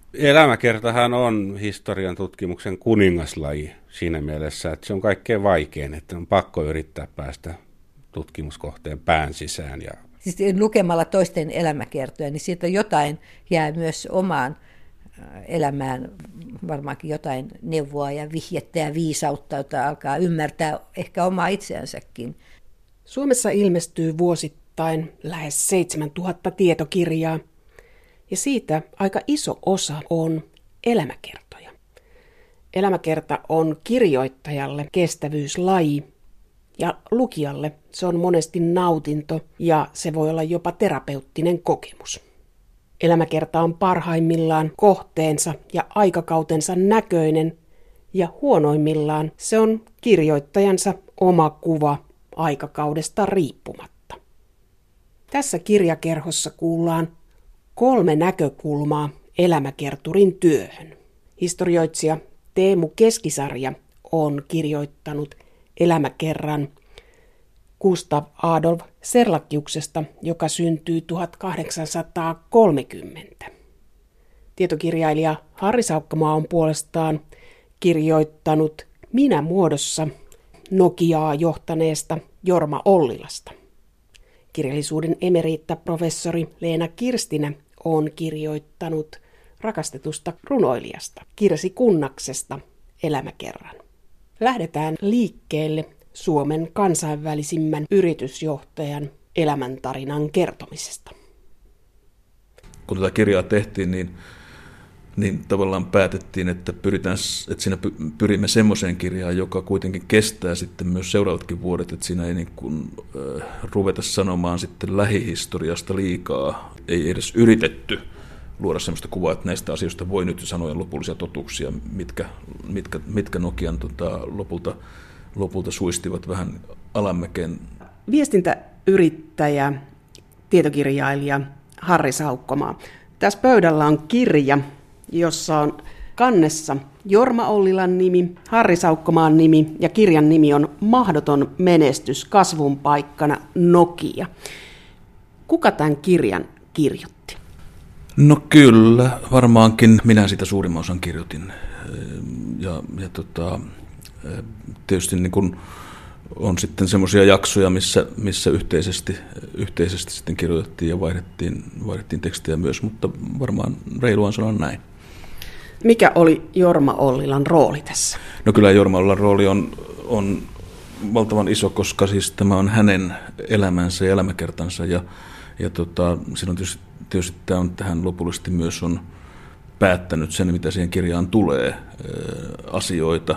Elämäkertahan on historian tutkimuksen kuningaslaji siinä mielessä, että se on kaikkein vaikein, että on pakko yrittää päästä tutkimuskohteen pään sisään. Siis lukemalla toisten elämäkertoja, niin siitä jotain jää myös omaan elämään, varmaankin jotain neuvoa ja vihjettä ja viisautta, jota alkaa ymmärtää ehkä omaa itseänsäkin. Suomessa ilmestyy vuosittain lähes 7000 tietokirjaa, ja siitä aika iso osa on elämäkertoja. Elämäkerta on kirjoittajalle kestävyyslaji, ja lukijalle se on monesti nautinto, ja se voi olla jopa terapeuttinen kokemus. Elämäkerta on parhaimmillaan kohteensa ja aikakautensa näköinen, ja huonoimmillaan se on kirjoittajansa oma kuva aikakaudesta riippumatta. Tässä kirjakerhossa kuullaan 3 näkökulmaa elämäkerturin työhön. Historioitsija Teemu Keskisarja on kirjoittanut elämäkerran Gustav Adolf Serlachiuksesta, joka syntyi 1830. Tietokirjailija Harri Saukkomaa on puolestaan kirjoittanut Minä-muodossa Nokiaa johtaneesta Jorma Ollilasta. Kirjallisuuden professori Leena Kirstinä on kirjoittanut rakastetusta runoilijasta Kirsi Kunnaksesta elämäkerran. Lähdetään liikkeelle Suomen kansainvälisimmän yritysjohtajan elämäntarinan kertomisesta. Kun tätä kirjaa tehtiin, niin tavallaan päätettiin, että siinä pyrimme semmoiseen kirjaan, joka kuitenkin kestää sitten myös seuraavatkin vuodet, että siinä ei niin kuin, ruveta sanomaan sitten lähihistoriasta liikaa, ei edes yritetty luoda semmoista kuvaa, että näistä asioista voi nyt sanoa lopullisia totuuksia, mitkä Nokian lopulta suistivat vähän alamäkeen. Viestintäyrittäjä, tietokirjailija Harri Saukkomaa. Tässä pöydällä on kirja, jossa on kannessa Jorma Ollilan nimi, Harri Saukkomaan nimi ja kirjan nimi on Mahdoton menestys kasvun paikkana Nokia. Kuka tämän kirjan kirjoitti? No kyllä, varmaankin minä sitä suurimman osan kirjoitin. Tietysti niin kun on sitten semmoisia jaksoja, missä yhteisesti sitten kirjoitettiin ja vaihdettiin tekstejä myös, mutta varmaan reiluan sanoa näin. Mikä oli Jorma Ollilan rooli tässä? No kyllä Jorma Ollilan rooli on valtavan iso, koska siis tämä on hänen elämänsä ja elämäkertansa ja silloin tietysti tämä on tähän lopullisesti myös on päättänyt sen, mitä siihen kirjaan tulee, asioita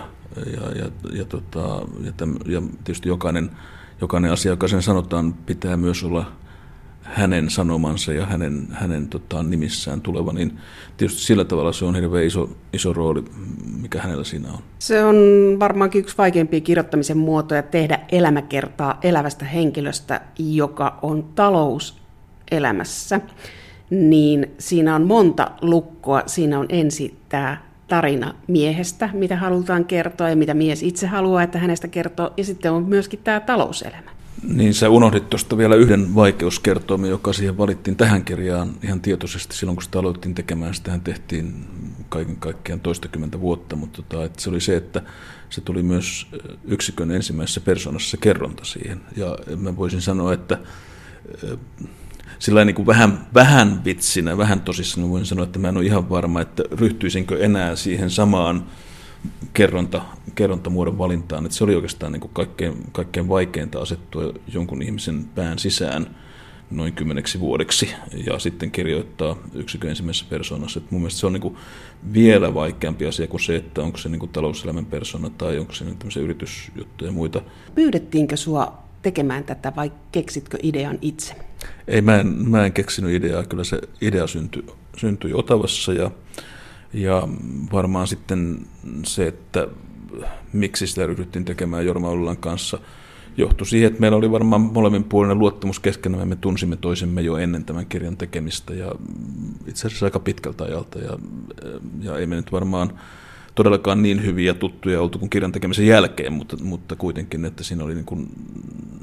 ja tietysti jokainen asia, joka sen sanotaan, pitää myös olla hänen sanomansa ja hänen nimissään tuleva, niin tietysti sillä tavalla se on hirveän iso rooli, mikä hänellä siinä on. Se on varmaankin yksi vaikeimpia kirjoittamisen muotoja tehdä elämäkertaa elävästä henkilöstä, joka on talouselämässä. Niin siinä on monta lukkoa. Siinä on ensin tämä tarina miehestä, mitä halutaan kertoa ja mitä mies itse haluaa, että hänestä kertoo. Ja sitten on myöskin tämä talouselämä. Niin sä unohdit tuosta vielä yhden vaikeuskertoimen, joka siihen valittiin tähän kirjaan ihan tietoisesti silloin, kun sitä aloittiin tekemään. Sitähän tehtiin kaiken kaikkiaan toistakymmentä vuotta, mutta että se oli se, että se tuli myös yksikön ensimmäisessä persoonassa se kerronta siihen. Ja mä voisin sanoa, että sillä niin kuin vähän vitsinä, vähän tosissaan voin sanoa, että mä en ole ihan varma, että ryhtyisinkö enää siihen samaan kerrontamuodon valintaan. Että se oli oikeastaan niin kuin kaikkein vaikeinta asettua jonkun ihmisen pään sisään noin 10 vuodeksi ja sitten kirjoittaa yksikön ensimmäisessä persoonassa. Että mun mielestä se on niin kuin vielä vaikeampi asia kuin se, että onko se niin kuin talouselämän persona tai onko se tämmöisiä yritysjuttuja ja muita. Pyydettiinkö sua tekemään tätä vai keksitkö idean itse? Ei, mä en keksinyt ideaa. Kyllä se idea syntyi Otavassa ja varmaan sitten se, että miksi sitä ryhdyttiin tekemään Jorma Ollilan kanssa, johtui siihen, että meillä oli varmaan molemminpuolinen luottamus keskenään. Me tunsimme toisemme jo ennen tämän kirjan tekemistä ja itse asiassa aika pitkältä ajalta. Ja ei me nyt varmaan todellakaan niin hyviä tuttuja oltu kuin kirjan tekemisen jälkeen, mutta kuitenkin, että siinä oli niin kuin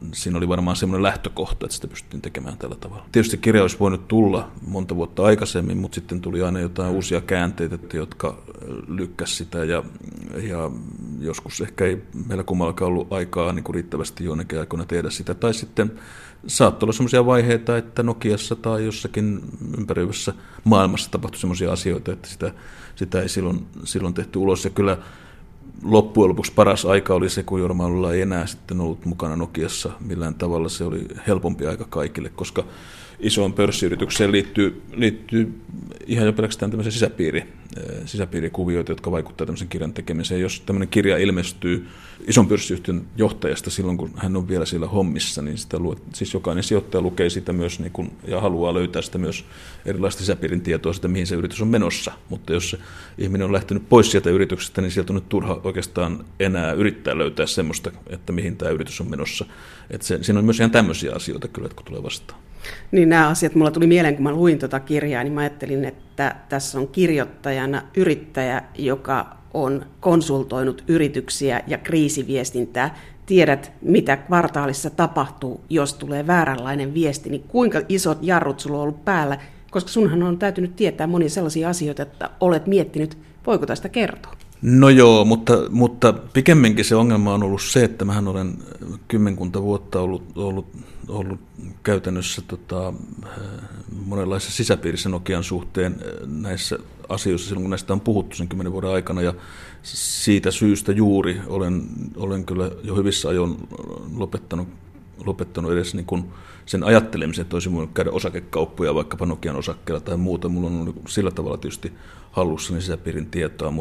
siinä oli varmaan semmoinen lähtökohta, että sitä pystyttiin tekemään tällä tavalla. Tietysti kirja olisi voinut tulla monta vuotta aikaisemmin, mutta sitten tuli aina jotain uusia käänteitä, jotka lykkäsivät sitä ja joskus ehkä ei meillä kummallakaan ollut aikaa niin kuin riittävästi jonnekin aikoina tehdä sitä. Tai sitten saattoi olla sellaisia vaiheita, että Nokiassa tai jossakin ympäröivässä maailmassa tapahtui sellaisia asioita, että sitä ei silloin tehty ulos. Ja kyllä loppujen lopuksi paras aika oli se, kun Jorma Ollila ei enää sitten ollut mukana Nokiassa millään tavalla. Se oli helpompi aika kaikille, koska isoon pörssiyritykseen liittyy ihan jo pelkästään tämmöisiä sisäpiirikuvioita, jotka vaikuttavat tämmöisen kirjan tekemiseen. Jos tämmöinen kirja ilmestyy ison pörssiyhtiön johtajasta silloin, kun hän on vielä siellä hommissa, niin siis jokainen sijoittaja lukee sitä myös ja haluaa löytää sitä myös erilaista sisäpiirin tietoa sitä, mihin se yritys on menossa. Mutta jos se ihminen on lähtenyt pois sieltä yrityksestä, niin sieltä on nyt turha oikeastaan enää yrittää löytää semmoista, että mihin tämä yritys on menossa. Siinä on myös ihan tämmöisiä asioita kyllä, kun tulee vastaan. Niin nämä asiat mulla tuli mieleen, kun mä luin tuota kirjaa, niin mä ajattelin, että tässä on kirjoittajana yrittäjä, joka on konsultoinut yrityksiä ja kriisiviestintää. Tiedät, mitä kvartaalissa tapahtuu, jos tulee vääränlainen viesti, niin kuinka isot jarrut sulla on ollut päällä, koska sunhan on täytynyt tietää monia sellaisia asioita, että olet miettinyt, voiko tästä kertoa. No joo, mutta pikemminkin se ongelma on ollut se, että mähän olen 10 vuotta ollut käytännössä monenlaisessa sisäpiirissä Nokian suhteen näissä asioissa silloin, kun näistä on puhuttu sen 10 vuoden aikana, ja siitä syystä juuri olen kyllä jo hyvissä ajoin lopettanut edes niin kuin sen ajattelemisen, että olisi voinut käydä osakekauppoja vaikkapa Nokian osakkeella tai muuta. Mulla on ollut sillä tavalla tietysti hallussani sisäpiirin tietoa,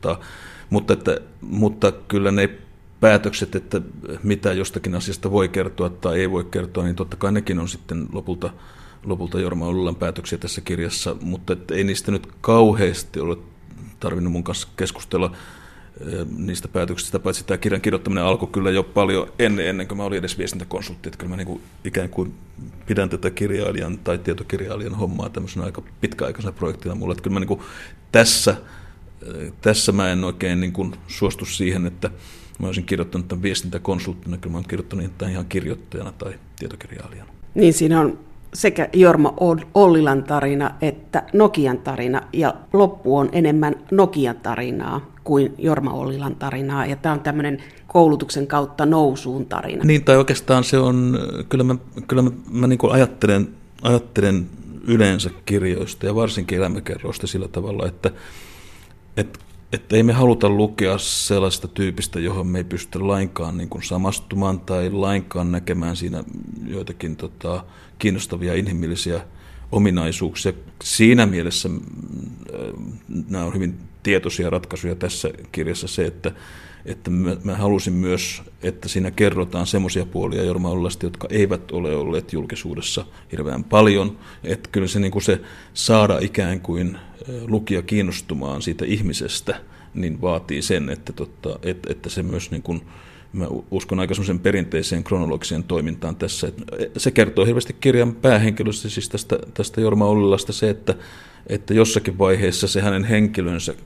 mutta kyllä ne päätökset, että mitä jostakin asiasta voi kertoa tai ei voi kertoa, niin totta kai nekin on sitten lopulta Jorma Ollilan päätöksiä tässä kirjassa, mutta ei niistä nyt kauheasti ole tarvinnut mun kanssa keskustella niistä päätöksistä, paitsi tämä kirjan kirjoittaminen alkoi kyllä jo paljon ennen kuin mä olin edes viestintäkonsultti, että kyllä mä ikään kuin pidän tätä kirjailijan tai tietokirjailijan hommaa tämmöisenä aika pitkäaikaisena projektina mulle, että kyllä mä tässä mä en oikein suostu siihen, että mä olisin kirjoittanut tämän viestintäkonsulttina, kyllä mä olen kirjoittanut tämän ihan kirjoittajana tai tietokirjailijana. Niin siinä on sekä Jorma Ollilan tarina että Nokian tarina, ja loppu on enemmän Nokian tarinaa kuin Jorma Ollilan tarinaa, ja tämä on tämmöinen koulutuksen kautta nousuun tarina. Niin, tai oikeastaan se on, kyllä mä niin kuin ajattelen yleensä kirjoista ja varsinkin elämäkerroista sillä tavalla, että ei me haluta lukea sellaista tyypistä, johon me ei pysty lainkaan niin kuin samastumaan tai lainkaan näkemään siinä joitakin kiinnostavia inhimillisiä ominaisuuksia. Siinä mielessä nämä on hyvin tietoisia ratkaisuja tässä kirjassa se, että mä halusin myös, että siinä kerrotaan semmoisia puolia Jorma Ollilasta, jotka eivät ole olleet julkisuudessa hirveän paljon. Että kyllä se, niin kuin se saada ikään kuin lukija kiinnostumaan siitä ihmisestä, niin vaatii sen, että se myös, niin kuin, mä uskon aika semmoisen perinteiseen kronologiseen toimintaan tässä. Että se kertoo hirveästi kirjan päähenkilöstä, siis tästä Jorma Ollilasta se, että jossakin vaiheessa se hänen henkilönsä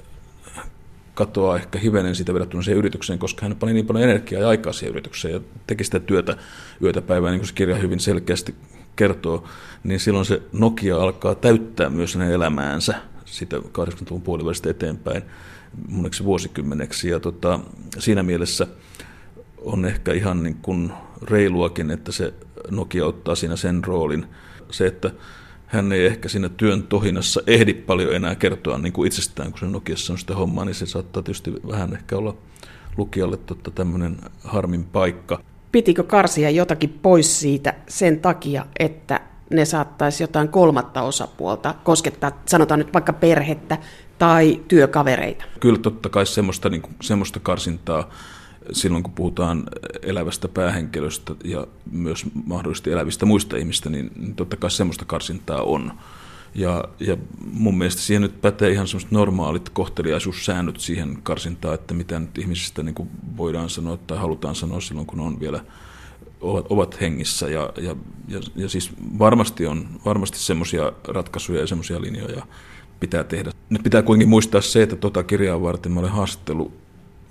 katoaa ehkä hivenen siitä verrattuna siihen yritykseen, koska hän pani niin paljon energiaa ja aikaa siihen yritykseen ja teki sitä työtä yötä päivää, niin kuin se kirja hyvin selkeästi kertoo, niin silloin se Nokia alkaa täyttää myös hänen elämäänsä sitä 80-luvun puolivälistä eteenpäin moneksi vuosikymmeneksi. Ja siinä mielessä on ehkä ihan niin kuin reiluakin, että se Nokia ottaa siinä sen roolin. Se, että hän ei ehkä siinä työn tohinassa ehdi paljon enää kertoa niin kuin itsestään, kun se Nokiassa on sitä hommaa, niin se saattaa tietysti vähän ehkä olla lukijalle tämmöinen harmin paikka. Pitikö karsia jotakin pois siitä sen takia, että ne saattaisi jotain kolmatta osapuolta koskettaa, sanotaan nyt vaikka perhettä tai työkavereita? Kyllä totta kai semmoista karsintaa silloin, kun puhutaan elävästä päähenkilöstä ja myös mahdollisesti elävistä muista ihmistä, niin totta kai semmoista karsintaa on. Ja mun mielestä siihen nyt pätee ihan semmoiset normaalit kohteliaisuussäännöt siihen karsintaan, että mitä nyt ihmisistä niin kuin voidaan sanoa tai halutaan sanoa silloin, kun on vielä ovat hengissä. Ja siis varmasti semmoisia ratkaisuja ja semmoisia linjoja pitää tehdä. Nyt pitää kuitenkin muistaa se, että kirjaa varten mä olen haastellut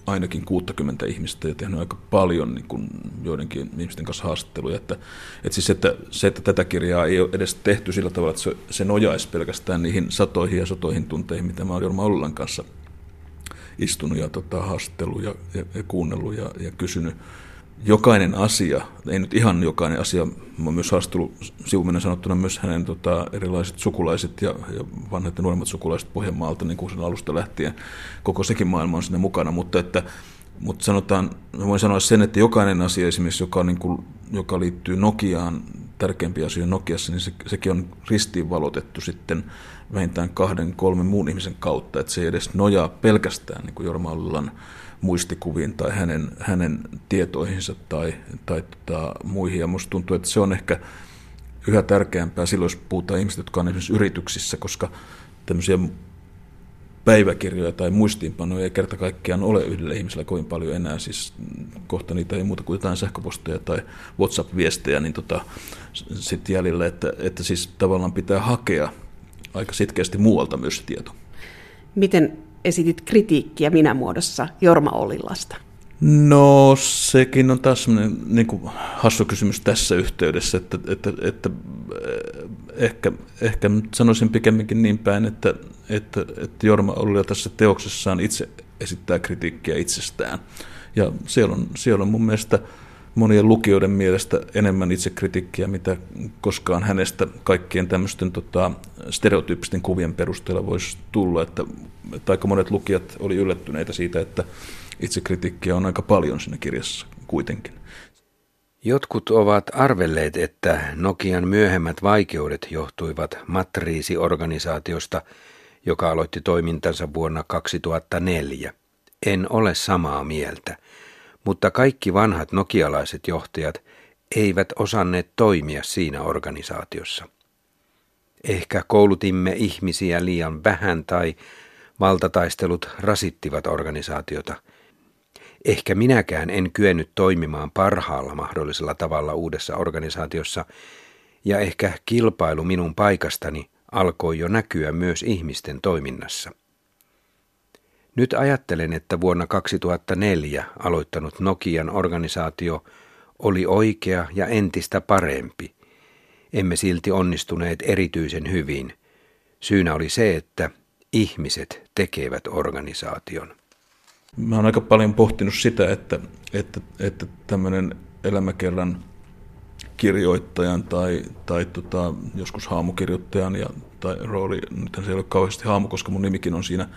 ainakin 60 ihmistä ja tehnyt aika paljon niin kuin joidenkin ihmisten kanssa haastatteluja. Että se, että tätä kirjaa ei ole edes tehty sillä tavalla, että se nojaisi pelkästään niihin satoihin ja satoihin tunteihin, mitä mä olen Jorma Ollilan kanssa istunut ja haastattellut ja kuunnellut ja kysynyt. Jokainen asia, ei nyt ihan jokainen asia, mä oon myös haastattellut sivuminen sanottuna myös hänen erilaiset sukulaiset ja vanhat ja nuoremmat sukulaiset Pohjanmaalta, niin kuin sen alusta lähtien. Koko sekin maailma on siinä mukana, mutta sanotaan, mä voin sanoa sen, että jokainen asia esimerkiksi, joka liittyy Nokiaan, tärkeimpiä asioita Nokiassa, niin sekin on ristiinvalotettu sitten vähintään 2-3 muun ihmisen kautta, että se ei edes nojaa pelkästään niin kuin Jorma Ollilan muistikuviin tai hänen tietoihinsa tai muihin. Ja musta tuntuu, että se on ehkä yhä tärkeämpää silloin, jos puhutaan ihmisistä, jotka on esimerkiksi yrityksissä, koska tämmöisiä päiväkirjoja tai muistiinpanoja ei kerta kaikkiaan ole yhdellä ihmisellä kovin paljon enää. Siis kohta niitä ei muuta kuin jotain sähköposteja tai WhatsApp-viestejä niin sitten jäljellä, että siis tavallaan pitää hakea aika sitkeästi muualta myös se tieto. Miten esitit kritiikkiä minä muodossa Jorma Ollilasta? No sekin on taas sellainen niin kuin hassu kysymys tässä yhteydessä, että ehkä sanoisin pikemminkin niin päin, että Jorma Ollila tässä teoksessaan itse esittää kritiikkiä itsestään. Ja siellä on mun mielestä monien lukijoiden mielestä enemmän itsekritiikkiä, mitä koskaan hänestä kaikkien tämmöisten stereotyyppisten kuvien perusteella voisi tulla. Että aika monet lukijat oli yllättyneitä siitä, että itsekritiikkiä on aika paljon siinä kirjassa kuitenkin. Jotkut ovat arvelleet, että Nokian myöhemmät vaikeudet johtuivat matriisiorganisaatiosta, joka aloitti toimintansa vuonna 2004. En ole samaa mieltä, mutta kaikki vanhat nokialaiset johtajat eivät osanneet toimia siinä organisaatiossa. Ehkä koulutimme ihmisiä liian vähän tai valtataistelut rasittivat organisaatiota. Ehkä minäkään en kyennyt toimimaan parhaalla mahdollisella tavalla uudessa organisaatiossa, ja ehkä kilpailu minun paikastani alkoi jo näkyä myös ihmisten toiminnassa. Nyt ajattelen, että vuonna 2004 aloittanut Nokian organisaatio oli oikea ja entistä parempi. Emme silti onnistuneet erityisen hyvin. Syynä oli se, että ihmiset tekevät organisaation. Mä oon aika paljon pohtinut sitä, että tämmöinen elämäkerran kirjoittajan tai joskus haamukirjoittajan tai rooli, nythän se ei ole kauheasti haamu, koska mun nimikin on siinä,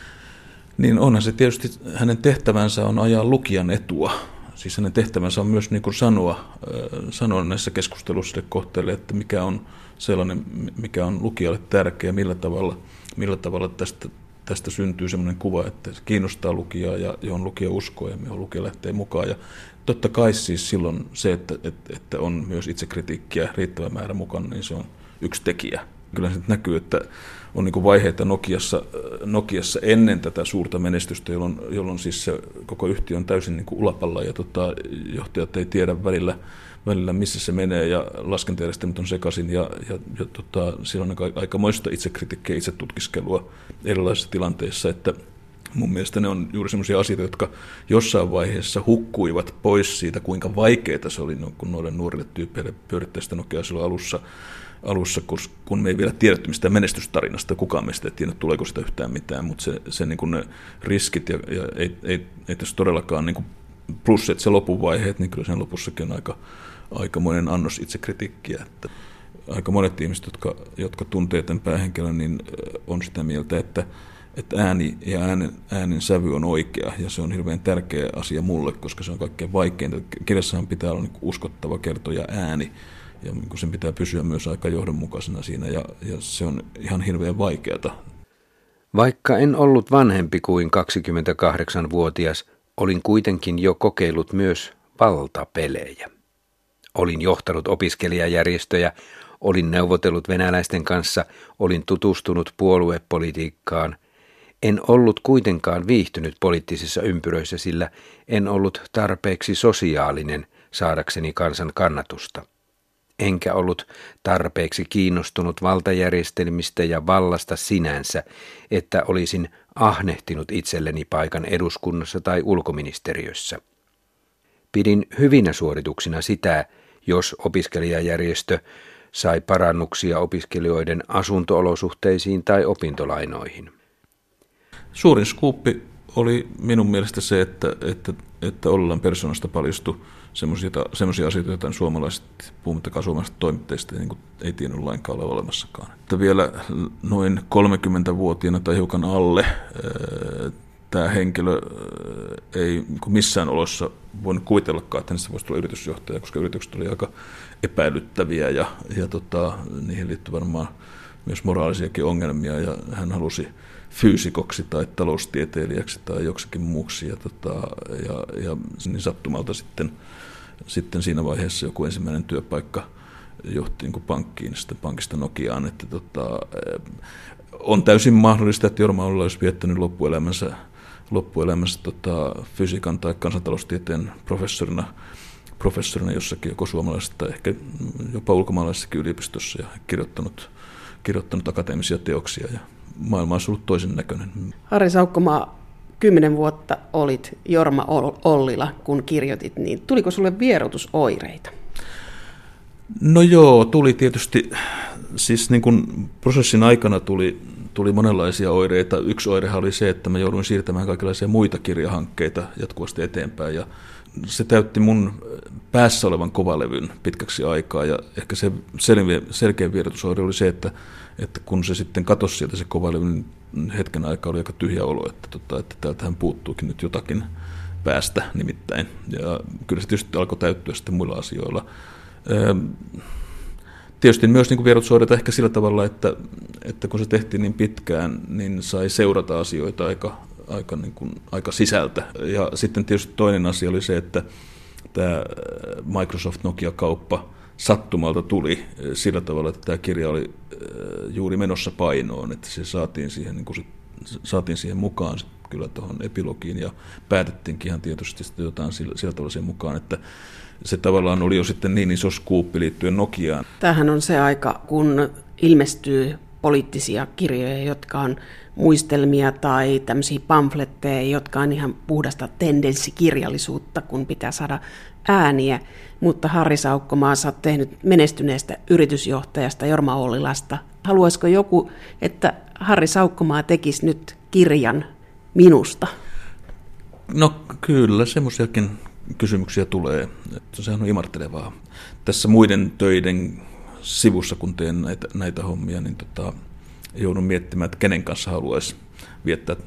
niin onhan se tietysti, hänen tehtävänsä on ajaa lukijan etua. Siis hänen tehtävänsä on myös niin kuin sanoa näissä keskusteluissa kohteille, että mikä on sellainen, mikä on lukijalle tärkeä, millä tavalla tästä syntyy sellainen kuva, että se kiinnostaa lukijaa ja johon lukija uskoo ja johon lukija lähtee mukaan. Ja totta kai siis silloin se, että on myös itsekritiikkiä riittävä määrä mukana, niin se on yksi tekijä. Kyllä se näkyy, että on niin kuin vaiheita Nokiassa ennen tätä suurta menestystä, jolloin siis se koko yhtiö on täysin niin kuin ulapalla ja johtajat ei tiedä välillä missä se menee ja laskentajärjestelmät on sekaisin ja silloin on aikamoista itsekritiikkiä, itsetutkiskelua erilaisissa tilanteissa, että mun mielestä ne on juuri sellaisia asioita, jotka jossain vaiheessa hukkuivat pois siitä, kuinka vaikeaa se oli kun noille nuorille tyypeille pyörittää sitä Nokiaa silloin alussa, kun me ei vielä tiedetty mistään menestystarinasta, kukaan meistä ei tiedä, tuleeko sitä yhtään mitään, mutta se niin kuin ne riskit ja ei tässä todellakaan, niin kuin, plus että se lopuvaiheet, niin kyllä sen lopussakin on aikamoinen annos itsekritiikkiä, että aika monet ihmiset, jotka tuntee tämän päähenkilön, niin on sitä mieltä, että ääni ja äänen sävy on oikea, ja se on hirveän tärkeä asia mulle, koska se on kaikkein vaikeinta. Kirjassahan pitää olla niin uskottava kertoja ääni, ja sen pitää pysyä myös aika johdonmukaisena siinä, ja se on ihan hirveän vaikeata. Vaikka en ollut vanhempi kuin 28-vuotias, olin kuitenkin jo kokeillut myös valtapelejä. Olin johtanut opiskelijajärjestöjä, olin neuvotellut venäläisten kanssa, olin tutustunut puoluepolitiikkaan. En ollut kuitenkaan viihtynyt poliittisissa ympyröissä, sillä en ollut tarpeeksi sosiaalinen saadakseni kansan kannatusta. enkä ollut tarpeeksi kiinnostunut valtajärjestelmistä ja vallasta sinänsä, että olisin ahnehtinut itselleni paikan eduskunnassa tai ulkoministeriössä. Pidin hyvinä suorituksina sitä, jos opiskelijajärjestö sai parannuksia opiskelijoiden asunto-olosuhteisiin tai opintolainoihin. Suurin skuuppi oli minun mielestä se, että Ollilan persoonasta paljastui semmoisia asioita, joita suomalaiset, puhumattakaan suomalaisista toimittajista, niin ei tiennyt lainkaan olla olemassakaan. Että vielä noin 30-vuotiaana tai hiukan alle tämä henkilö ei missään olossa voinut kuvitellakaan, että hänestä voisi tulla yritysjohtaja, koska yritykset oli aika epäilyttäviä ja niihin liittyi varmaan myös moraalisiakin ongelmia ja hän halusi fyysikoksi tai taloustieteilijäksi tai joksikin muuksi ja niin sattumalta sitten siinä vaiheessa joku ensimmäinen työpaikka johti niin pankkiin, sitten pankista Nokiaan, että on täysin mahdollista, että Jorma Ollila olisi viettänyt loppuelämänsä fysiikan tai kansantaloustieteen professorina jossakin joko suomalaisessa tai ehkä jopa ulkomaalaisessakin yliopistossa ja kirjoittanut akateemisia teoksia ja maailma olisi ollut toisen näköinen. Harri Saukkomaa, 10 vuotta olit Jorma Ollila, kun kirjoitit, niin tuliko sulle vierotusoireita? No joo, tuli tietysti, siis niin kuin prosessin aikana tuli monenlaisia oireita. Yksi oirehan oli se, että mä jouduin siirtämään kaikenlaisia muita kirjahankkeita jatkuvasti eteenpäin ja se täytti mun päässä olevan kovalevyn pitkäksi aikaa ja ehkä se selkeä vierotusoire oli se, että kun se sitten katosi sieltä se kovalevy, niin hetken aikaa oli aika tyhjä olo, että täältähän puuttuukin nyt jotakin päästä nimittäin. Ja kyllä se tietysti alkoi täyttyä sitten muilla asioilla. Tietysti myös niin vierotusoireita ehkä sillä tavalla, että kun se tehtiin niin pitkään, niin sai seurata asioita aika sisältä. Ja sitten tietysti toinen asia oli se, että tämä Microsoft-Nokia-kauppa sattumalta tuli sillä tavalla, että tämä kirja oli juuri menossa painoon, että se saatiin siihen mukaan kyllä tuohon epilogiin ja päätettiinkin ihan tietysti jotain sillä tavalla siihen mukaan, että se tavallaan oli jo sitten niin iso skuuppi liittyen Nokiaan. Tämähän on se aika, kun ilmestyy poliittisia kirjoja, jotka on muistelmia tai tämmöisiä pamfletteja, jotka on ihan puhdasta tendenssikirjallisuutta, kun pitää saada ääniä. Mutta Harri Saukkomaa, sä oot tehnyt menestyneestä yritysjohtajasta Jorma Ollilasta. Haluaisiko joku, että Harri Saukkomaa tekisi nyt kirjan minusta? No kyllä, semmoisiakin kysymyksiä tulee. Sehän on imartelevaa. Tässä muiden töiden sivussa, kun teen näitä hommia, niin joudun miettimään, että kenen kanssa haluaisi viettää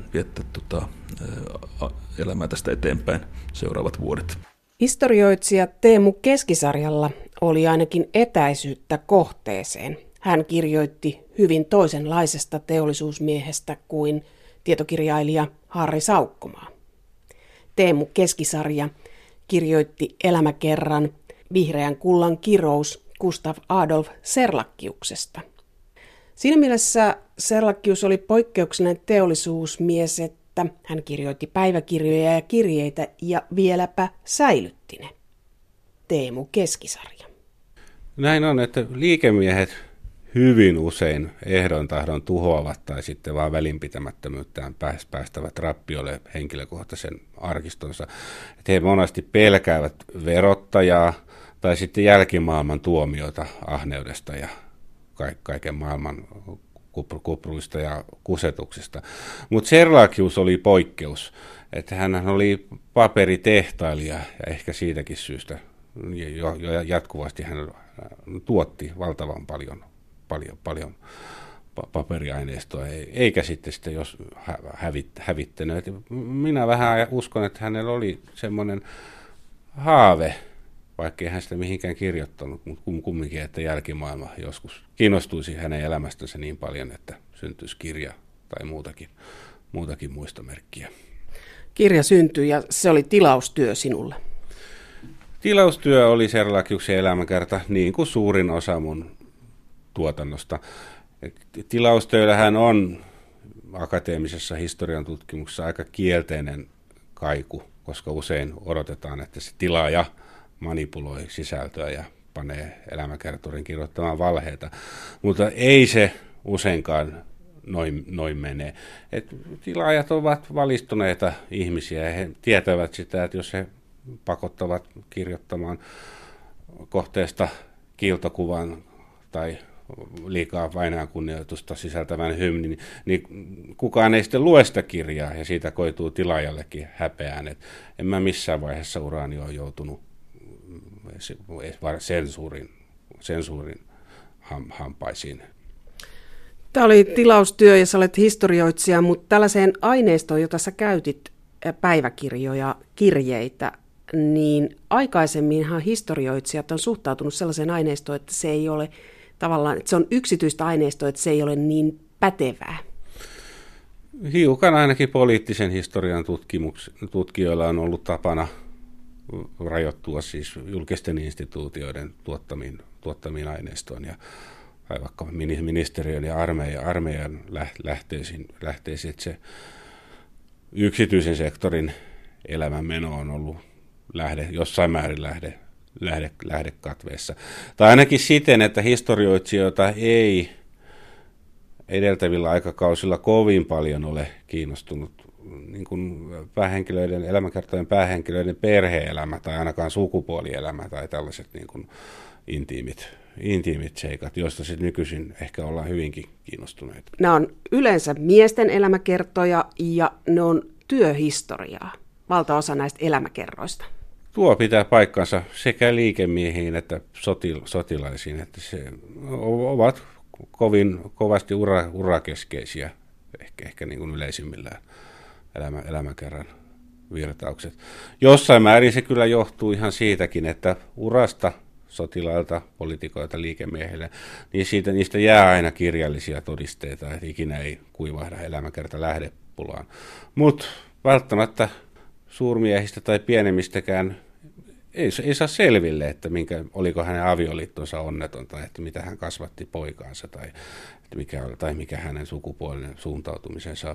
elämää tästä eteenpäin seuraavat vuodet. Historioitsija Teemu Keskisarjalla oli ainakin etäisyyttä kohteeseen. Hän kirjoitti hyvin toisenlaisesta teollisuusmiehestä kuin tietokirjailija Harri Saukkomaa. Teemu Keskisarja kirjoitti elämäkerran Vihreän kullan kirous Gustav Adolf Serlacchiuksesta. Siinä mielessä Serlacchius oli poikkeuksellinen teollisuusmies, että hän kirjoitti päiväkirjoja ja kirjeitä ja vieläpä säilytti ne. Teemu Keskisarja. Näin on, että liikemiehet hyvin usein ehdon tahdon tuhoavat tai sitten vaan välinpitämättömyyttään päästävät rappiolle henkilökohtaisen arkistonsa. Että he monesti pelkäävät verottajaa tai sitten jälkimaailman tuomiota ahneudesta ja kaiken maailman kupruista ja kusetuksista. Mutta Serlacchius oli poikkeus, että hän oli paperitehtailija ja ehkä siitäkin syystä jo jatkuvasti hän tuotti valtavan paljon paperiaineistoa, eikä sitten jos hävittänyt. Minä vähän uskon, että hänellä oli semmoinen haave, vaikkei hän sitä mihinkään kirjoittanut, mutta kumminkin, että jälkimaailma joskus kiinnostuisi hänen elämästänsä niin paljon, että syntyisi kirja tai muutakin muistomerkkiä. Kirja syntyi ja se oli tilaustyö sinulle. Tilaustyö oli Serlacchiuksen elämäkerta, niin kuin suurin osa mun tuotannosta. Tilaustyöllähän on akateemisessa historian tutkimuksessa aika kielteinen kaiku, koska usein odotetaan, että se tilaaja manipuloi sisältöä ja panee elämäkertorin kirjoittamaan valheita, mutta ei se useinkaan noin menee. Et tilaajat ovat valistuneita ihmisiä ja he tietävät sitä, että jos he pakottavat kirjoittamaan kohteesta kiiltokuvan tai liikaa vainajan kunnioitusta sisältävän hymnin, niin kukaan ei sitten lue sitä kirjaa ja siitä koituu tilaajallekin häpeään. Et en mä missään vaiheessa uraani ole joutunut sensuurin hampaisiin. Tämä oli tilaustyö ja sä olet historioitsija, mutta tällaiseen aineistoon, jota sä käytit, päiväkirjoja, kirjeitä, niin aikaisemminhan historioitsijat on suhtautunut sellaiseen aineistoon, että se ei ole tavallaan, että se on yksityistä aineistoa, että se ei ole niin pätevää. Hiukan ainakin poliittisen historian tutkijoilla on ollut tapana rajoittua siis julkisten instituutioiden tuottamiin aineistoon ja vaikka ministeriön ja armeijan lähteisiin, että se yksityisen sektorin elämänmeno on ollut jossain määrin lähdekatveessa. Tai ainakin siten, että historioitsijoita ei edeltävillä aikakausilla kovin paljon ole kiinnostunut niin kuin elämänkertojen päähenkilöiden perhe-elämä tai ainakaan sukupuolielämä tai tällaiset niin kuin intiimit seikat, joista sitten nykyisin ehkä ollaan hyvinkin kiinnostuneita. Nämä on yleensä miesten elämäkertoja ja ne on työhistoriaa, valtaosa näistä elämäkerroista. Tuo pitää paikkansa sekä liikemiehiin että sotilaisiin, että se ovat kovasti urakeskeisiä, ehkä niin kuin yleisimmillään elämäkerran virtaukset. Jossain määrin se kyllä johtuu ihan siitäkin, että urasta sotilailta, poliitikoilta, liikemiehille, niin niistä jää aina kirjallisia todisteita, että ikinä ei kuivahda elämäkerta lähdepulaan. Mutta välttämättä suurmiehistä tai pienemmistäkään ei saa selville, että oliko hänen avioliittonsa onneton tai että mitä hän kasvatti poikaansa tai mikä hänen sukupuolinen suuntautumisensa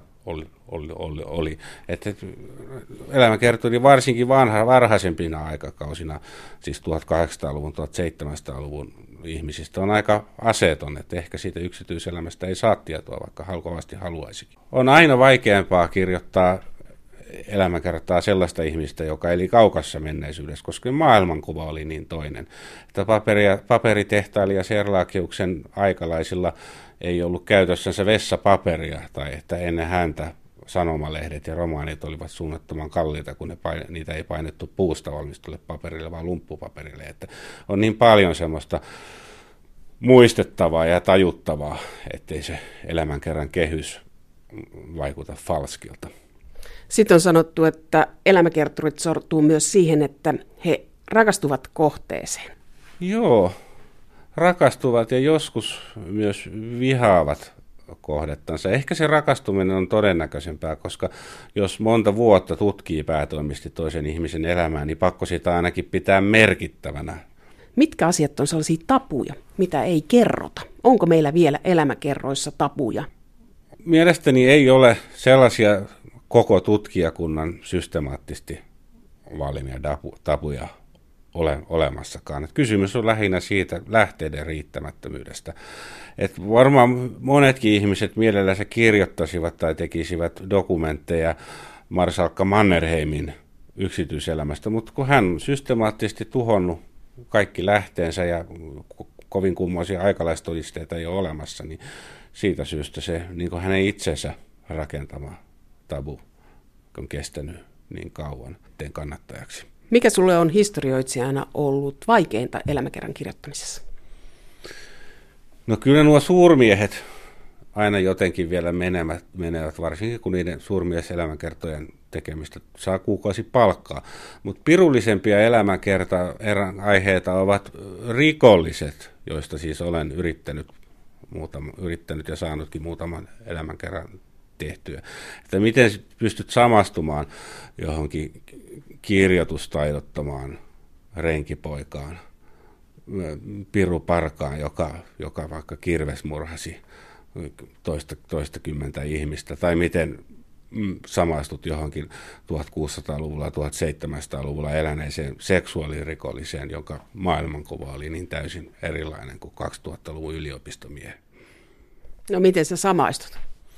oli. Että elämäkertoi varsinkin varhaisempina aikakausina, siis 1800-luvun, 1700-luvun ihmisistä on aika aseeton, että ehkä siitä yksityiselämästä ei saa tietoa, vaikka kovasti haluaisikin. On aina vaikeampaa kirjoittaa elämäkertaa sellaista ihmistä, joka eli kaukassa menneisyydessä, koska maailmankuva oli niin toinen. Että paperitehtailija Serlakiuksen aikalaisilla ei ollut käytössänsä vessapaperia, tai että ennen häntä sanomalehdet ja romaanit olivat suunnattoman kalliita, kun niitä ei painettu puusta valmistulle paperille, vaan lumppupaperille. Että on niin paljon semmoista muistettavaa ja tajuttavaa, ettei se elämänkerran kehys vaikuta falskilta. Sitten on sanottu, että elämäkertorit sortuu myös siihen, että he rakastuvat kohteeseen. Joo, rakastuvat ja joskus myös vihaavat kohdettansa. Ehkä se rakastuminen on todennäköisempää, koska jos monta vuotta tutkii päätoimisesti toisen ihmisen elämää, niin pakko sitä ainakin pitää merkittävänä. Mitkä asiat on sellaisia tabuja, mitä ei kerrota? Onko meillä vielä elämäkerroissa tabuja? Mielestäni ei ole sellaisia koko tutkijakunnan systemaattisesti vaalimia tabuja olemassakaan. Että kysymys on lähinnä siitä lähteiden riittämättömyydestä. Että varmaan monetkin ihmiset mielellänsä kirjoittaisivat tai tekisivät dokumentteja marsalkka Mannerheimin yksityiselämästä, mutta kun hän on systemaattisesti tuhonnut kaikki lähteensä ja kovin kummoisia aikalaistodisteita ei ole olemassa, niin siitä syystä se niin kuin hänen itsensä rakentama tabu on kestänyt niin kauan teen kannattajaksi. Mikä sulle on historioitsijana ollut vaikeinta elämäkerran kirjoittamisessa? No kyllä nuo suurmiehet aina jotenkin vielä menevät, varsinkin kun niiden suurmieselämänkertojen tekemistä saa kuukausi palkkaa. Mutta pirullisempia aiheita ovat rikolliset, joista siis olen yrittänyt ja saanutkin muutaman elämänkerran tehtyä. Että miten pystyt samastumaan johonkin kirjoitustaidottomaan renkipoikaan, piruparkaan, joka vaikka kirvesmurhasi toistakymmentä ihmistä, tai samaistut johonkin 1600-luvulla, 1700-luvulla eläneeseen seksuaalirikolliseen, jonka maailmankuva oli niin täysin erilainen kuin 2000-luvun yliopistomiehen. No miten sä samaistut?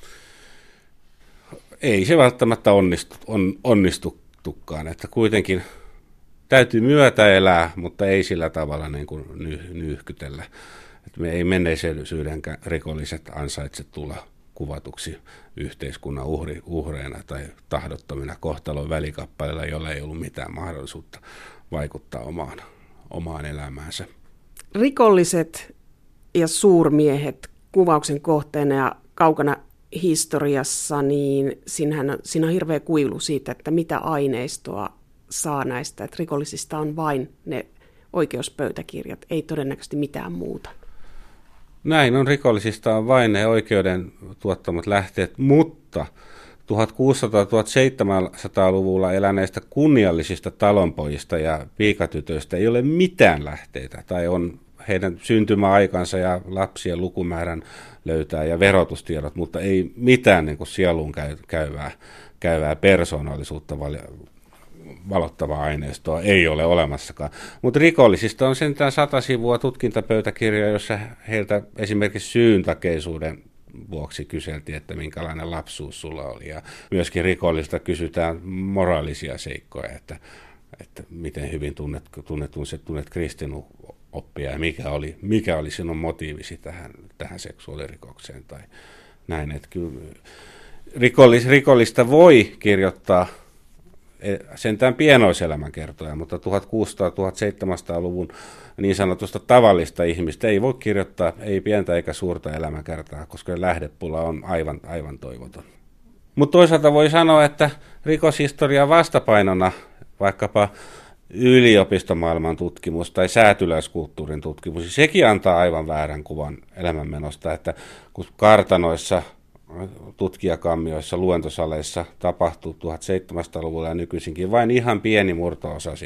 Ei se välttämättä onnistukaan, että kuitenkin täytyy myötä elää, mutta ei sillä tavalla niin kuin nyyhkytellä. Että me ei menneisyyden rikolliset ansaitse tulla kuvatuksi yhteiskunnan uhreina tai tahdottomina kohtalon välikappaleilla, joilla ei ollut mitään mahdollisuutta vaikuttaa omaan elämäänsä. Rikolliset ja suurmiehet kuvauksen kohteena ja kaukana historiassa, niin siinä on hirveä kuilu siitä, että mitä aineistoa saa näistä. Että rikollisista on vain ne oikeuspöytäkirjat, ei todennäköisesti mitään muuta. Näin on, rikollisista on vain ne oikeuden tuottamat lähteet, mutta 1600-1700-luvulla eläneistä kunniallisista talonpojista ja piikatytöistä ei ole mitään lähteitä, tai on heidän syntymäaikansa ja lapsien lukumäärän löytää ja verotustiedot, mutta ei mitään niin kuin sieluun käyvää persoonallisuutta valottavaa aineistoa ei ole olemassakaan. Mutta rikollisista on sentään 100 sivua tutkintapöytäkirjoja, jossa heiltä esimerkiksi syyntakeisuuden vuoksi kyseltiin, että minkälainen lapsuus sulla oli. Ja myöskin rikollista kysytään moraalisia seikkoja, että miten hyvin tunnet kristinoppia ja mikä oli sinun motiivisi tähän seksuaalirikokseen tai näin. Että kyllä rikollista voi kirjoittaa sentään pienoiselämänkertoja, mutta 1600-1700-luvun niin sanotusta tavallista ihmistä ei voi kirjoittaa ei pientä eikä suurta elämänkertaa, koska lähdepula on aivan toivoton. Mutta toisaalta voi sanoa, että rikoshistorian vastapainona vaikkapa yliopistomaailman tutkimus tai säätyläiskulttuurin tutkimus, niin sekin antaa aivan väärän kuvan elämänmenosta, että kun kartanoissa, tutkijakammioissa, luentosaleissa tapahtuu 1700-luvulla ja nykyisinkin vain ihan pieni murto-osa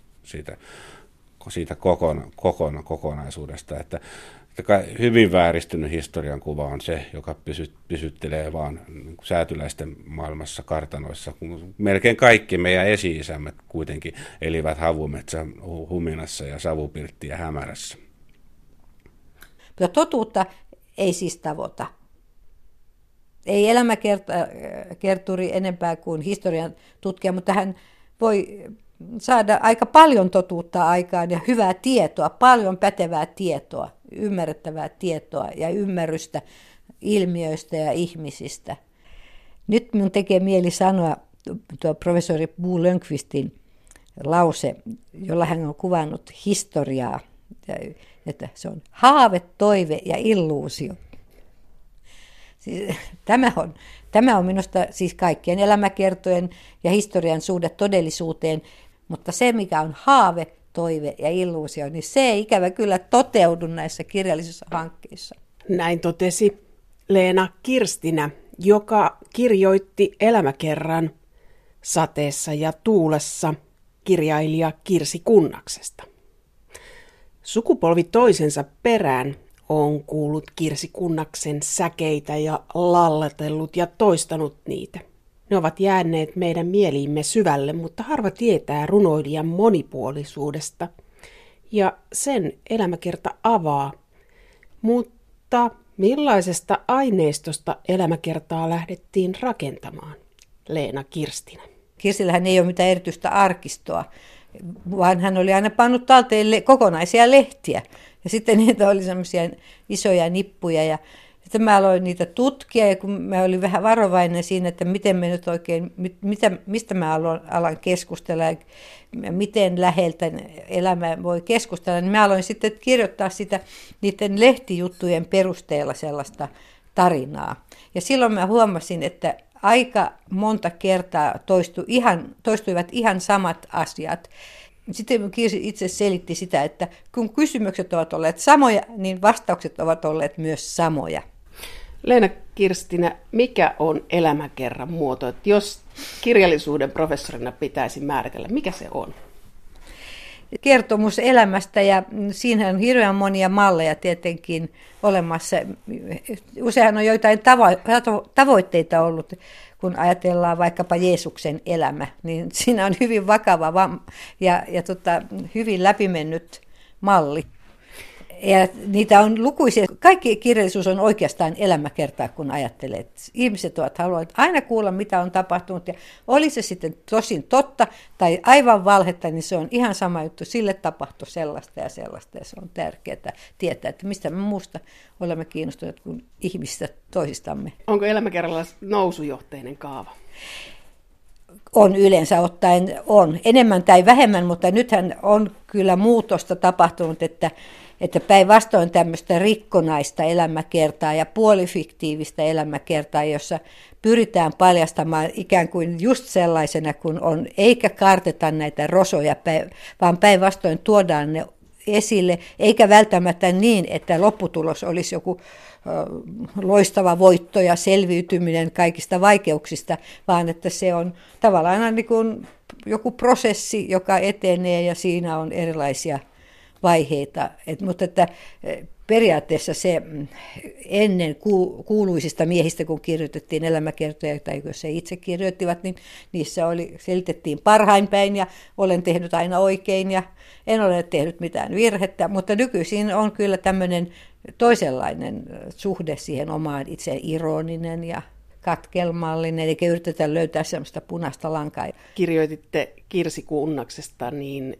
siitä kokonaisuudesta, että hyvin vääristynyt historian kuva on se, joka pysyttelee vaan säätyläisten maailmassa kartanoissa. Melkein kaikki meidän esi-isämme kuitenkin elivät havumetsän huminassa ja savupirttiä hämärässä. Mutta totuutta ei siis tavoita. Ei elämäkerturi enempää kuin historian tutkija, mutta hän voi saada aika paljon totuutta aikaan ja hyvää tietoa, paljon pätevää tietoa, ymmärrettävää tietoa ja ymmärrystä ilmiöistä ja ihmisistä. Nyt minun tekee mieli sanoa tuo professori Bo Lönnqvistin lause, jolla hän on kuvannut historiaa, että se on haave, toive ja illuusio. Siis, tämä on minusta siis kaikkien elämäkertojen ja historian suhde todellisuuteen, mutta se mikä on haave, toive ja illuusio, niin se ei ikävä kyllä toteudu näissä kirjallisissa hankkeissa. Näin totesi Leena Kirstinä, joka kirjoitti elämäkerran Sateessa ja tuulessa kirjailija Kirsi Kunnaksesta. Sukupolvi toisensa perään on kuullut Kirsi Kunnaksen säkeitä ja lallatellut ja toistanut niitä. Ne ovat jääneet meidän mieliimme syvälle, mutta harva tietää runoilijan monipuolisuudesta. Ja sen elämäkerta avaa. Mutta millaisesta aineistosta elämäkertaa lähdettiin rakentamaan? Leena Kirstinä. Kirsillähän ei ole mitään erityistä arkistoa, vaan hän oli aina pannut talteen kokonaisia lehtiä. Ja sitten niitä oli semmoisia isoja nippuja ja sitten mä aloin niitä tutkia ja kun mä olin vähän varovainen siinä, että miten me nyt oikein, mistä mä alan keskustella ja miten läheltä elämä voi keskustella, niin mä aloin sitten kirjoittaa sitä niiden lehtijuttujen perusteella sellaista tarinaa. Ja silloin mä huomasin, että aika monta kertaa toistuivat ihan samat asiat. Sitten Kirsi itse selitti sitä, että kun kysymykset ovat olleet samoja, niin vastaukset ovat olleet myös samoja. Leena Kirstinä, mikä on elämäkerran muoto? Että jos kirjallisuuden professorina pitäisi määritellä, mikä se on? kertomus elämästä ja siinä on hirveän monia malleja tietenkin olemassa. Useinhan on joitain tavoitteita ollut, kun ajatellaan vaikkapa Jeesuksen elämä, niin siinä on hyvin vakava ja hyvin läpimennyt malli. Ja niitä on lukuisia. Kaikki kirjallisuus on oikeastaan elämäkertaa, kun ajattelee. Ihmiset haluavat aina kuulla, mitä on tapahtunut. Ja oli se sitten tosin totta tai aivan valhetta, niin se on ihan sama juttu. Sille tapahtui sellaista ja sellaista. Ja se on tärkeää tietää, että mistä me muusta olemme kiinnostuneet kuin ihmistä toisistamme. Onko elämäkerralla nousujohteinen kaava? On yleensä ottaen, on enemmän tai vähemmän, mutta nythän on kyllä muutosta tapahtunut, että päinvastoin tämmöistä rikkonaista elämäkertaa ja puolifiktiivistä elämäkertaa, jossa pyritään paljastamaan ikään kuin just sellaisena kuin on, eikä karteta näitä rosoja, vaan päinvastoin tuodaan ne esille, eikä välttämättä niin, että lopputulos olisi joku loistava voitto ja selviytyminen kaikista vaikeuksista, vaan että se on tavallaan niin kuin joku prosessi, joka etenee ja siinä on erilaisia vaiheita. Mutta että periaatteessa se ennen kuuluisista miehistä, kun kirjoitettiin elämäkertoja, tai jos he itse kirjoittivat, niin niissä selitettiin parhain päin ja olen tehnyt aina oikein ja en ole tehnyt mitään virhettä, mutta nykyisin on kyllä tämmöinen toisenlainen suhde siihen omaan itse ironinen ja katkelmallinen, eikä yritetä löytää semmoista punaista lankaa. Kirjoititte Kirsi Kunnaksesta, niin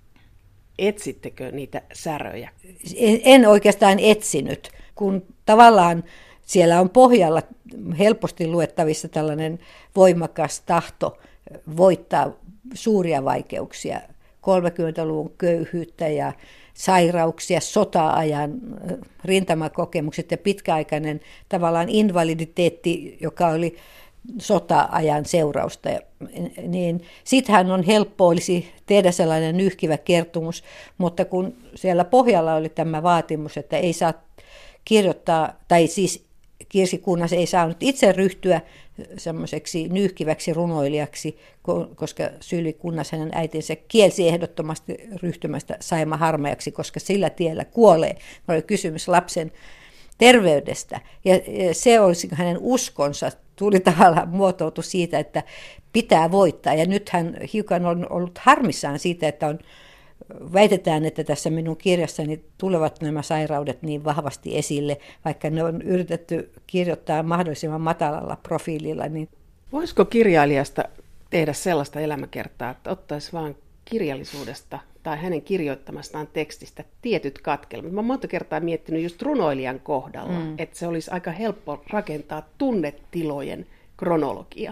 etsittekö niitä säröjä? En oikeastaan etsinyt, kun tavallaan siellä on pohjalla helposti luettavissa tällainen voimakas tahto voittaa suuria vaikeuksia, 30-luvun köyhyyttä ja sairauksia, sota-ajan rintamakokemukset ja pitkäaikainen tavallaan invaliditeetti, joka oli sota-ajan seurausta. Niin sittenhän on helppo olisi tehdä sellainen nyhkivä kertomus, mutta kun siellä pohjalla oli tämä vaatimus, että ei saa kirjoittaa, tai siis Kirsi Kunnas ei saanut itse ryhtyä semmoiseksi nyhkiväksi runoilijaksi, koska Sylvi Kunnas, hänen äitinsä, kielsi ehdottomasti ryhtymästä Saima Harmajaksi, koska sillä tiellä kuolee. Oli kysymys lapsen terveydestä. Ja se olisi hänen uskonsa, tuli tavallaan muotoutu siitä, että pitää voittaa. Ja nyt hän hiukan on ollut harmissaan siitä, että väitetään, että tässä minun kirjassani tulevat nämä sairaudet niin vahvasti esille, vaikka ne on yritetty kirjoittaa mahdollisimman matalalla profiililla. Niin. Voisiko kirjailijasta tehdä sellaista elämäkertaa, että ottaisi vain kirjallisuudesta tai hänen kirjoittamastaan tekstistä tietyt katkelmat? Mä oon monta kertaa miettinyt just runoilijan kohdalla, että se olisi aika helppo rakentaa tunnetilojen kronologia.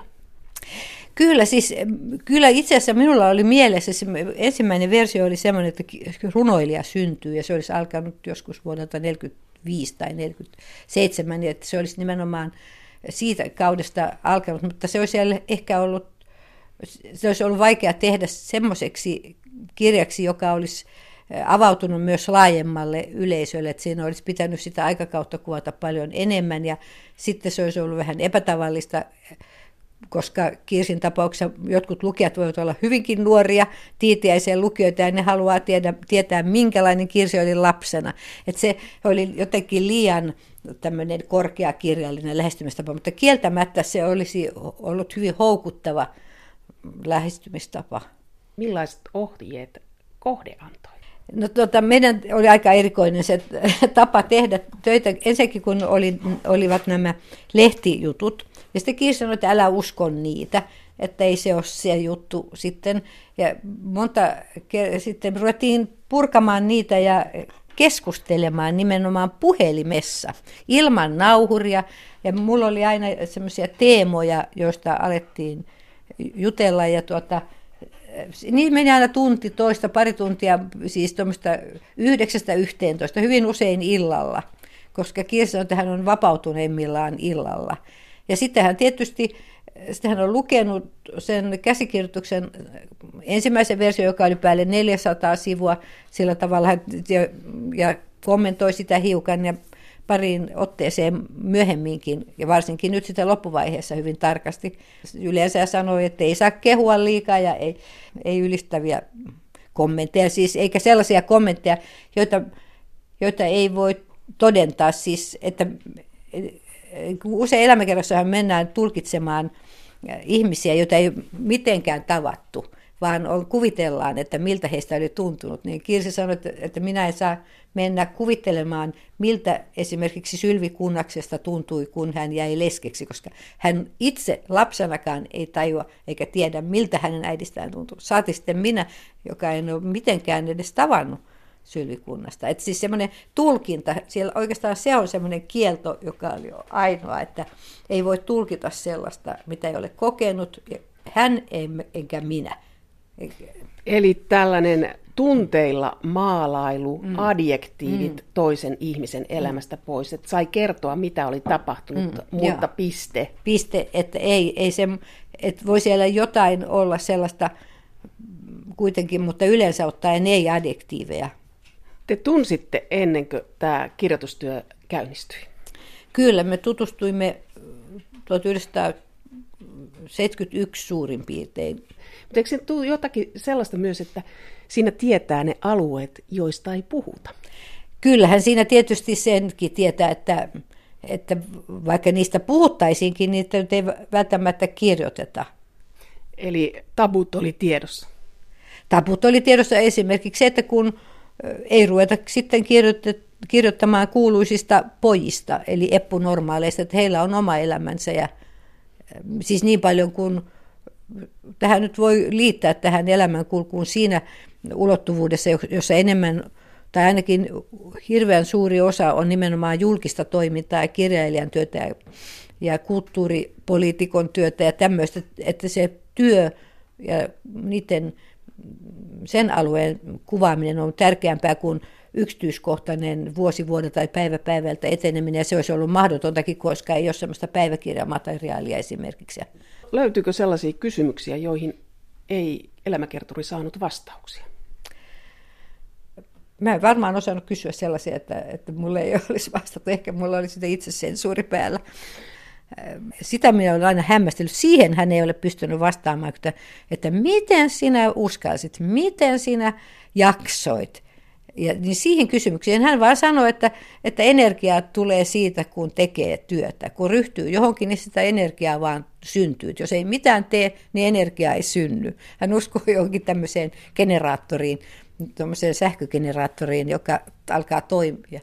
Kyllä itse asiassa minulla oli mielessä, se ensimmäinen versio oli semmoinen, että runoilija syntyy ja se olisi alkanut joskus vuodelta 1945 tai 1947, että se olisi nimenomaan siitä kaudesta alkanut, mutta se olisi ehkä ollut vaikea tehdä semmoiseksi kirjaksi, joka olisi avautunut myös laajemmalle yleisölle, että siinä olisi pitänyt sitä aikakautta kuvata paljon enemmän ja sitten se olisi ollut vähän epätavallista, koska Kirsin tapauksessa jotkut lukijat voivat olla hyvinkin nuoria, tiitiäisiä lukijoita, ja ne haluaa tietää, minkälainen Kirsi oli lapsena. Että se oli jotenkin liian tämmöinen korkeakirjallinen lähestymistapa, mutta kieltämättä se olisi ollut hyvin houkuttava lähestymistapa. Millaiset ohjeet kohde antoi? No meidän oli aika erikoinen se tapa tehdä töitä. Ensinnäkin kun olivat nämä lehtijutut, ja sitten Kirsi sanoi, että älä usko niitä, että ei se ole se juttu sitten. Ja sitten ruvettiin purkamaan niitä ja keskustelemaan nimenomaan puhelimessa, ilman nauhuria. Ja mulla oli aina semmoisia teemoja, joista alettiin jutella ja niin meni aina tunti, pari tuntia, siis tuommoista 9–11, hyvin usein illalla, koska Kirsi sanoi, että hän on vapautuneimmillaan illalla. Ja sitten hän on lukenut sen käsikirjoituksen ensimmäisen version, joka oli päälle 400 sivua, sillä tavalla ja kommentoi sitä hiukan ja pariin otteeseen myöhemminkin, ja varsinkin nyt sitä loppuvaiheessa hyvin tarkasti. Yleensä sanoi, että ei saa kehua liikaa ja ei ylistäviä kommentteja, siis eikä sellaisia kommentteja, joita ei voi todentaa, siis että usein elämäkerrassahan mennään tulkitsemaan ihmisiä, joita ei mitenkään tavattu, vaan kuvitellaan, että miltä heistä oli tuntunut. Niin Kirsi sanoi, että minä en saa mennä kuvittelemaan, miltä esimerkiksi Sylvi Kunnaksesta tuntui, kun hän jäi leskeksi, koska hän itse lapsenakaan ei tajua eikä tiedä, miltä hänen äidistään tuntui. Saati sitten minä, joka en ole mitenkään edes tavannut Sylvi Kunnasta. Että siis semmoinen tulkinta, siellä oikeastaan se on semmoinen kielto, joka oli ainoa, että ei voi tulkita sellaista, mitä ei ole kokenut, hän enkä minä. Eli tällainen tunteilla maalailu, adjektiivit toisen ihmisen elämästä pois, että sai kertoa, mitä oli tapahtunut, mutta piste. Piste, että ei se, että voi siellä jotain olla sellaista kuitenkin, mutta yleensä ottaen ei adjektiiveja. Te tunsitte ennen kuin tämä kirjoitustyö käynnistyi? Kyllä, me tutustuimme 1971 suurin piirtein. Mutta eikö se tule jotakin sellaista myös, että siinä tietää ne alueet, joista ei puhuta? Kyllähän siinä tietysti senkin tietää, että vaikka niistä puhuttaisiinkin, niitä ei välttämättä kirjoiteta. Eli tabut oli tiedossa? Tabut oli tiedossa esimerkiksi se, että kun ei ruveta sitten kirjoittamaan kuuluisista pojista, eli eppunormaaleista, että heillä on oma elämänsä. Ja siis niin paljon kuin tähän nyt voi liittää tähän elämänkulkuun siinä ulottuvuudessa, jossa enemmän tai ainakin hirveän suuri osa on nimenomaan julkista toimintaa ja kirjailijan työtä ja kulttuuripoliitikon työtä ja tämmöistä, että se työ ja sen alueen kuvaaminen on tärkeämpää kuin yksityiskohtainen vuosi vuodelta tai päivä päivältä eteneminen, ja se olisi ollut mahdotontakin, koska ei ole sellaista päiväkirjamateriaalia esimerkiksi. Löytyykö sellaisia kysymyksiä, joihin ei elämäkerturi saanut vastauksia? Mä en varmaan osannut kysyä sellaisia, että mulle ei olisi vastattu. Ehkä mulla oli sitä itsesensuuri päällä. Sitä minä olen aina hämmästellyt. Siihen hän ei ole pystynyt vastaamaan, että miten sinä uskalsit, miten sinä jaksoit. Ja niin siihen kysymykseen hän vaan sanoi, että energiaa tulee siitä, kun tekee työtä. Kun ryhtyy johonkin, niin sitä energiaa vaan syntyy. Jos ei mitään tee, niin energiaa ei synny. Hän uskoi johonkin tämmöiseen generaattoriin, tuommoiseen sähkögeneraattoriin, joka alkaa toimia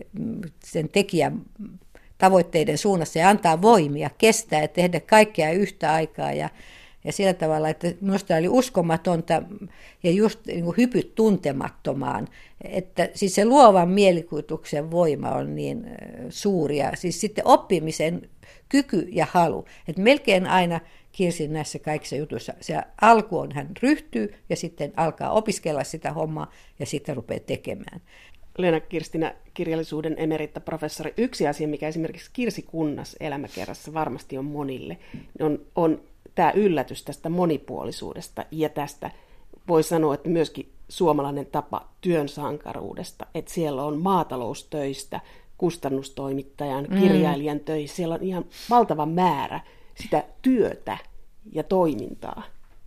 sen tekijän tavoitteiden suunnassa ja antaa voimia, kestää ja tehdä kaikkea yhtä aikaa. Ja sillä tavalla, että minusta oli uskomatonta ja just niin kuin hypyt tuntemattomaan, että siis se luovan mielikuvituksen voima on niin suuri ja siis sitten oppimisen kyky ja halu, että melkein aina Kirsin näissä kaikissa jutuissa se alku on, hän ryhtyy ja sitten alkaa opiskella sitä hommaa ja sitten rupeaa tekemään. Leena Kirstinä, kirjallisuuden emerittaprofessori, yksi asia, mikä esimerkiksi Kirsi Kunnas elämäkerrassa varmasti on monille, on tämä yllätys tästä monipuolisuudesta ja tästä voi sanoa, että myöskin suomalainen tapa työn sankaruudesta, että siellä on maataloustöistä, kustannustoimittajan, kirjailijan töissä, siellä on ihan valtava määrä sitä työtä ja toimintaa.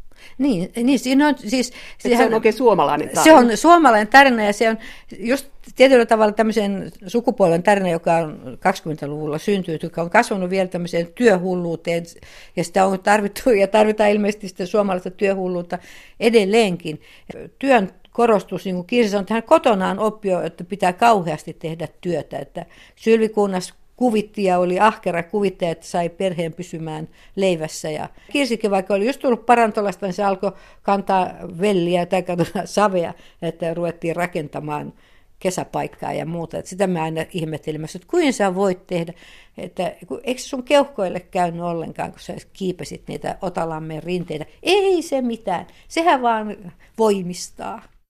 Niin siinä on siis... Se on oikein suomalainen tarina. Se on suomalainen tarina ja se on just tietyllä tavalla tämmöisen sukupolven tarina, joka on 20-luvulla syntynyt, joka on kasvanut vielä tämmöiseen työhulluuteen ja sitä on tarvittu ja tarvitaan ilmeisesti sitä suomalaista työhulluutta edelleenkin. Työn korostus, niin kuin Kirsi sanoi, että hän kotonaan oppi, että pitää kauheasti tehdä työtä, että Sylvi Kunnas kuvitti ja oli ahkera kuvittaja, että sai perheen pysymään leivässä. Ja Kirsikin, vaikka oli just tullut Parantolasta, niin se alkoi kantaa velliä tai savea, että ruvettiin rakentamaan kesäpaikkaa ja muuta. Että sitä mä aina ihmettelin, että kuinka sä voit tehdä, että eikö sun keuhkoille käynyt ollenkaan, kun sä kiipesit niitä Otalammen rinteitä. Ei se mitään, sehän vaan voimistaa.